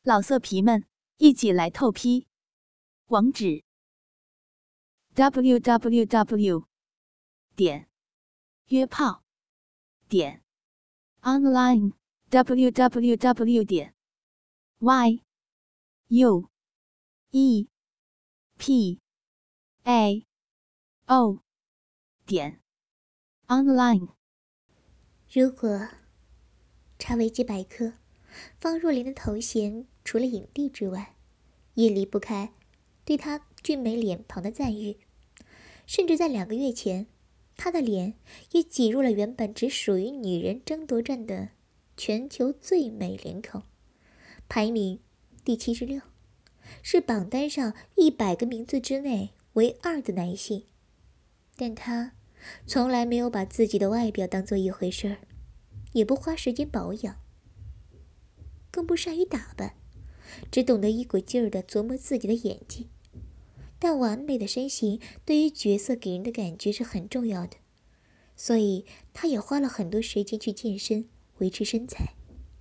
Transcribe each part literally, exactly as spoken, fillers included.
老色皮们，一起来透批！网址 ：double u double u double u 点约炮点 online double u double u double u 点 y u e p a o 点 online。 如果查维基百科，方若琳的头衔除了影帝之外，也离不开对她俊美脸庞的赞誉。甚至在两个月前，她的脸也挤入了原本只属于女人争夺战的全球最美脸孔，排名第七十六，是榜单上一百个名字之内唯二的男性。但她从来没有把自己的外表当做一回事儿，也不花时间保养，更不善于打扮，只懂得一股劲儿地琢磨自己的演技。但完美的身形对于角色给人的感觉是很重要的，所以他也花了很多时间去健身，维持身材。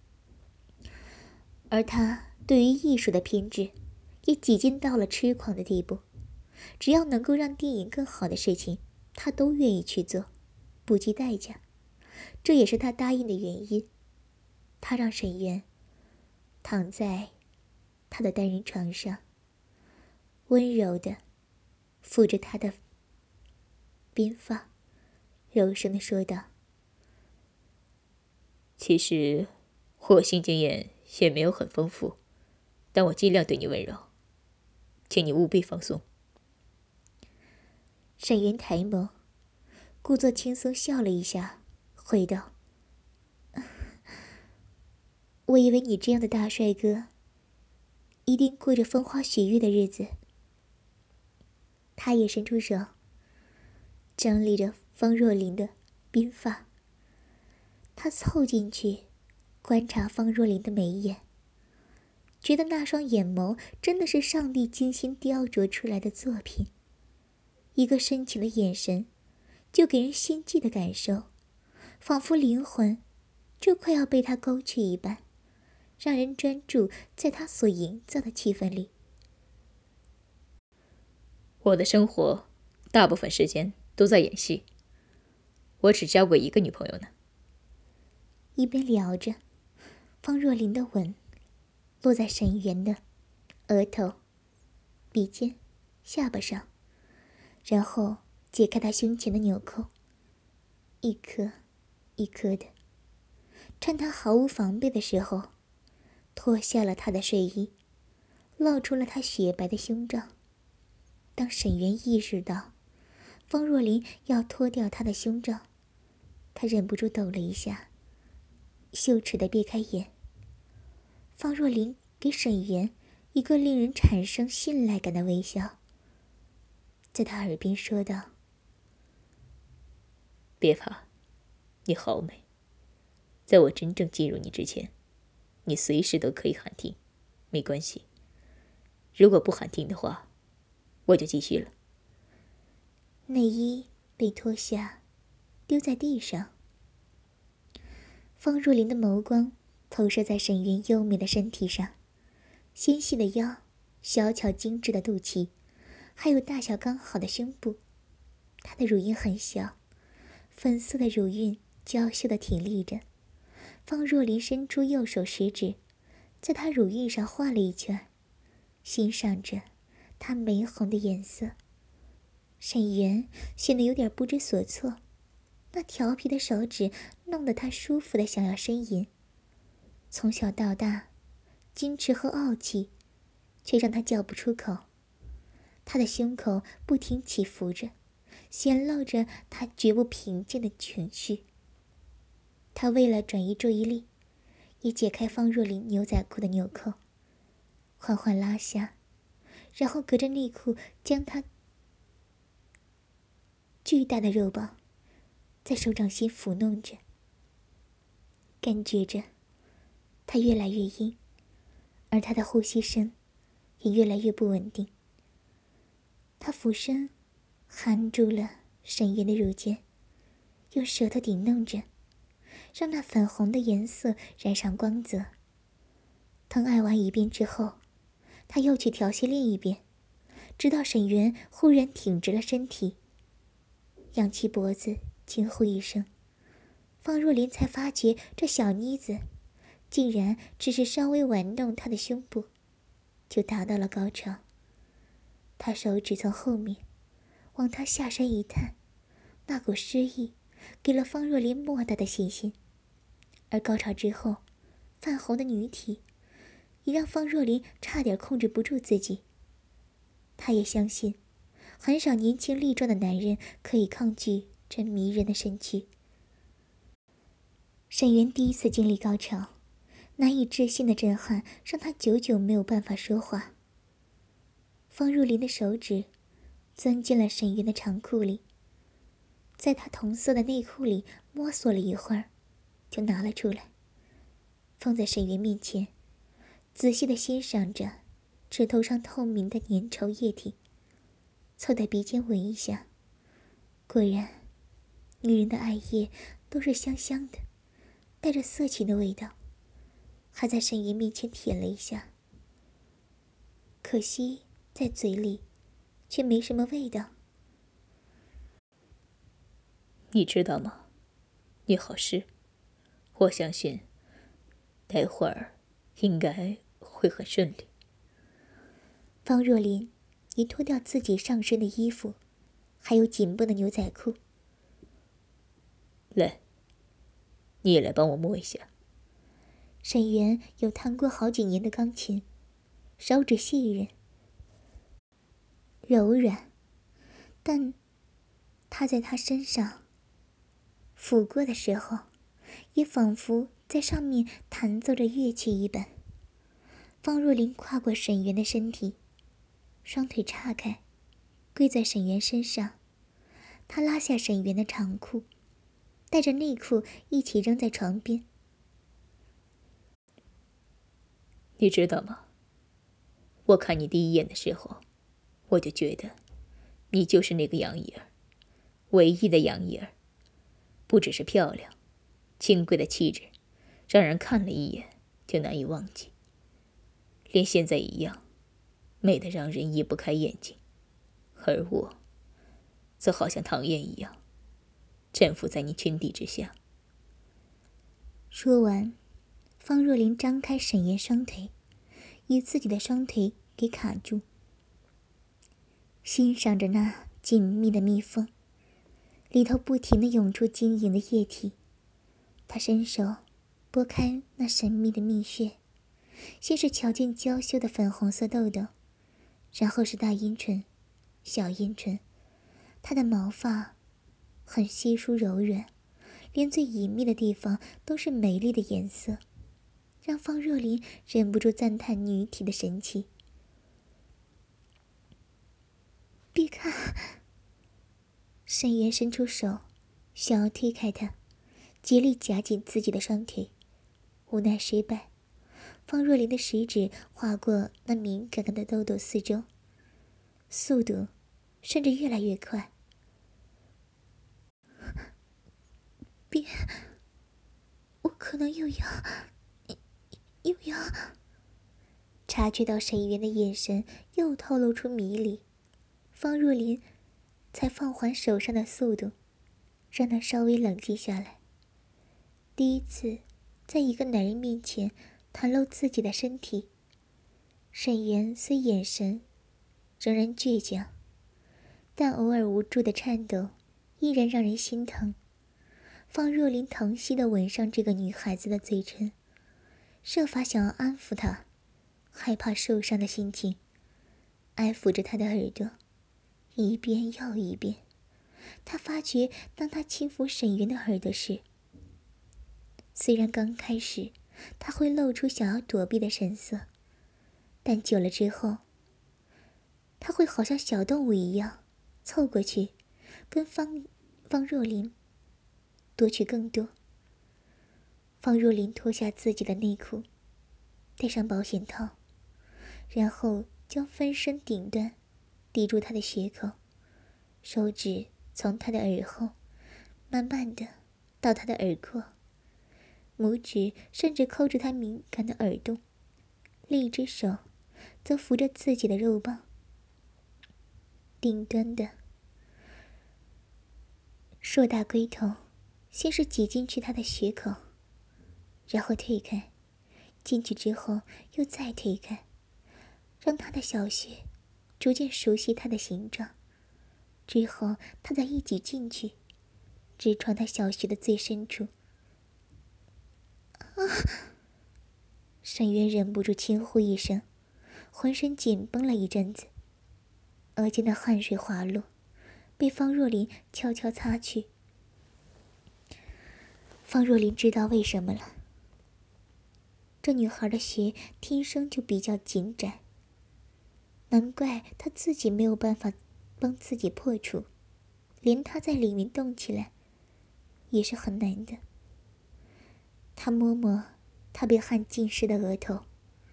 而他对于艺术的偏执也几近到了痴狂的地步，只要能够让电影更好的事情，他都愿意去做，不计代价。这也是他答应的原因。他让沈渊躺在他的单人床上，温柔地抚着他的鬓发，柔声地说道： 其实我性经验也没有很丰富，但我尽量对你温柔，请你务必放松。 沈渊抬眸，故作轻松笑了一下，回道：我以为你这样的大帅哥一定过着风花雪月的日子。他也伸出手，整理着方若琳的鬓发。他凑进去观察方若琳的眉眼，觉得那双眼眸真的是上帝精心雕琢出来的作品。一个深情的眼神就给人心悸的感受，仿佛灵魂就快要被他勾去一般，让人专注在他所营造的气氛里。 我的生活大部分时间都在演戏，我只交过一个女朋友呢。 一边聊着，方若琳的吻落在沈渊的额头、鼻尖、下巴上，然后解开他胸前的纽扣，一颗一颗的。趁他毫无防备的时候，脱下了他的睡衣，露出了他雪白的胸罩。当沈渊意识到方若琳要脱掉他的胸罩，他忍不住抖了一下，羞耻地别开眼。方若琳给沈渊一个令人产生信赖感的微笑，在他耳边说道： 别怕，你好美，在我真正进入你之前，你随时都可以喊停，没关系。如果不喊停的话，我就继续了。 内衣被脱下，丢在地上。方若琳的眸光投射在沈渊优美的身体上，纤细的腰，小巧精致的肚脐，还有大小刚好的胸部。她的乳晕很小，粉色的乳晕娇羞地挺立着。方若琳伸出右手食指，在她乳晕上画了一圈，欣赏着她玫红的颜色。沈渊显得有点不知所措，那调皮的手指弄得他舒服的想要呻吟。从小到大，矜持和傲气却让他叫不出口。他的胸口不停起伏着，显露着他绝不平静的情绪。他为了转移注意力，也解开方若琳牛仔裤的纽扣，缓缓拉下，然后隔着内裤将她巨大的肉棒在手掌心抚弄着，感觉着它越来越硬，而他的呼吸声也越来越不稳定。他俯身含住了沈渊的乳尖，用舌头顶弄着，让那粉红的颜色染上光泽。 疼爱完一遍之后，他又去调戏另一遍，直到沈园忽然挺直了身体，仰起脖子惊呼一声，方若琳才发觉这小妮子竟然只是稍微玩弄她的胸部，就达到了高潮。他手指从后面往她下身一探，那股诗意给了方若琳莫大的信心，而高潮之后泛红的女体也让方若琳差点控制不住自己。她也相信很少年轻力壮的男人可以抗拒这迷人的身躯。沈园第一次经历高潮，难以置信的震撼让他久久没有办法说话。方若琳的手指钻进了沈园的长裤里，在他同色的内裤里摸索了一会儿，就拿了出来，放在沈园面前，仔细地欣赏着指头上透明的粘稠液体，凑在鼻尖闻一下，果然女人的艾叶都是香香的，带着色情的味道，还在沈园面前舔了一下，可惜在嘴里却没什么味道。 你知道吗？你好湿，我相信待会儿应该会很顺利。 方若琳一脱掉自己上身的衣服，还有紧绷的牛仔裤。 来，你也来帮我摸一下。 沈园有弹过好几年的钢琴，手指细韧柔软，但他在他身上抚过的时候，也仿佛在上面弹奏着乐器一般。方若琳跨过沈园的身体，双腿岔开，跪在沈园身上。她拉下沈园的长裤，带着内裤一起扔在床边。 你知道吗？我看你第一眼的时候，我就觉得你就是那个杨怡儿，唯一的杨怡儿。不只是漂亮，清贵的气质，让人看了一眼就难以忘记。连现在一样，美得让人移不开眼睛。而我，则好像唐嫣一样，臣服在你裙底之下。 说完，方若琳张开沈园双腿，以自己的双腿给卡住，欣赏着那紧密的蜜缝，里头不停地涌出晶莹的液体。他伸手拨开那神秘的蜜穴，先是瞧见娇羞的粉红色豆豆，然后是大阴唇、小阴唇。她的毛发很稀疏柔软，连最隐秘的地方都是美丽的颜色，让方若琳忍不住赞叹女体的神奇。别看！沈园伸出手，想要推开他，竭力夹紧自己的双腿，无奈失败。方若琳的食指划过那敏感的豆豆四周，速度甚至越来越快。别，我可能又要又要。察觉到沈园的眼神又透露出迷离，方若琳才放缓手上的速度，让他稍微冷静下来。第一次在一个男人面前袒露自己的身体，沈园虽眼神仍然倔强，但偶尔无助的颤抖依然让人心疼。方若琳疼惜地吻上这个女孩子的嘴唇，设法想要安抚她害怕受伤的心情，爱抚着她的耳朵，一遍又一遍。她发觉当她轻抚沈园的耳朵时，虽然刚开始她会露出想要躲避的神色，但久了之后，她会好像小动物一样凑过去跟方方若琳夺取更多。方若琳脱下自己的内裤，戴上保险套，然后将分身顶端抵住他的穴口，手指从他的耳后慢慢的到他的耳廓，拇指甚至抠着他敏感的耳洞， 另一只手则扶着自己的肉棒，顶端的硕大龟头先是挤进去他的血口，然后推开，进去之后又再推开，让他的小穴逐渐熟悉他的形状，之后他再一挤进去，直闯他小穴的最深处。啊！沈渊忍不住轻呼一声，浑身紧绷了一阵子，额间的汗水滑落，被方若琳悄悄擦去。方若琳知道为什么了，这女孩的穴天生就比较紧窄，难怪她自己没有办法帮自己破除，连她在里面动起来也是很难的。她摸摸她被汗浸湿的额头，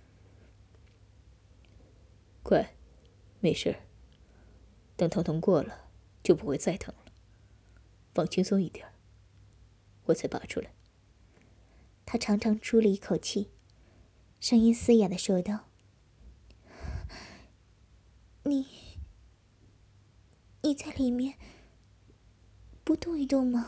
乖，没事，等疼痛过了就不会再疼了，放轻松一点，我才拔出来。 她长长出了一口气，声音嘶哑地说道：“你，你在里面不动一动吗？”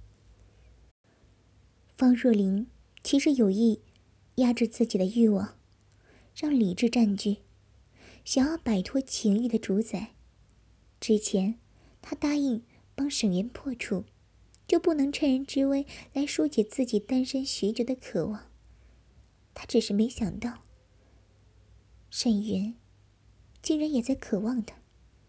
方若琳其实有意压制自己的欲望，让理智占据，想要摆脱情欲的主宰。之前她答应帮沈渊破除，就不能趁人之危来疏解自己单身许久的渴望。她只是没想到，沈渊竟然也在渴望她。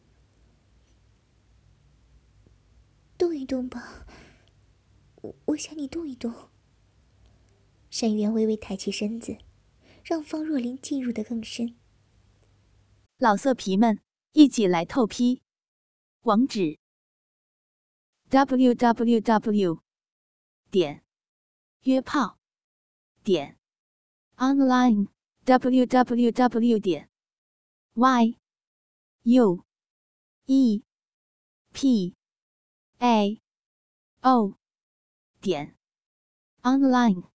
动一动吧，我我想你动一动。沈渊微微抬起身子，让方若琳进入得更深。 老色皮们，一起来透批！网址 ：double-u double-u double-u 点约炮点 online double-u double-u double-u 点 y u e p a o 点 online。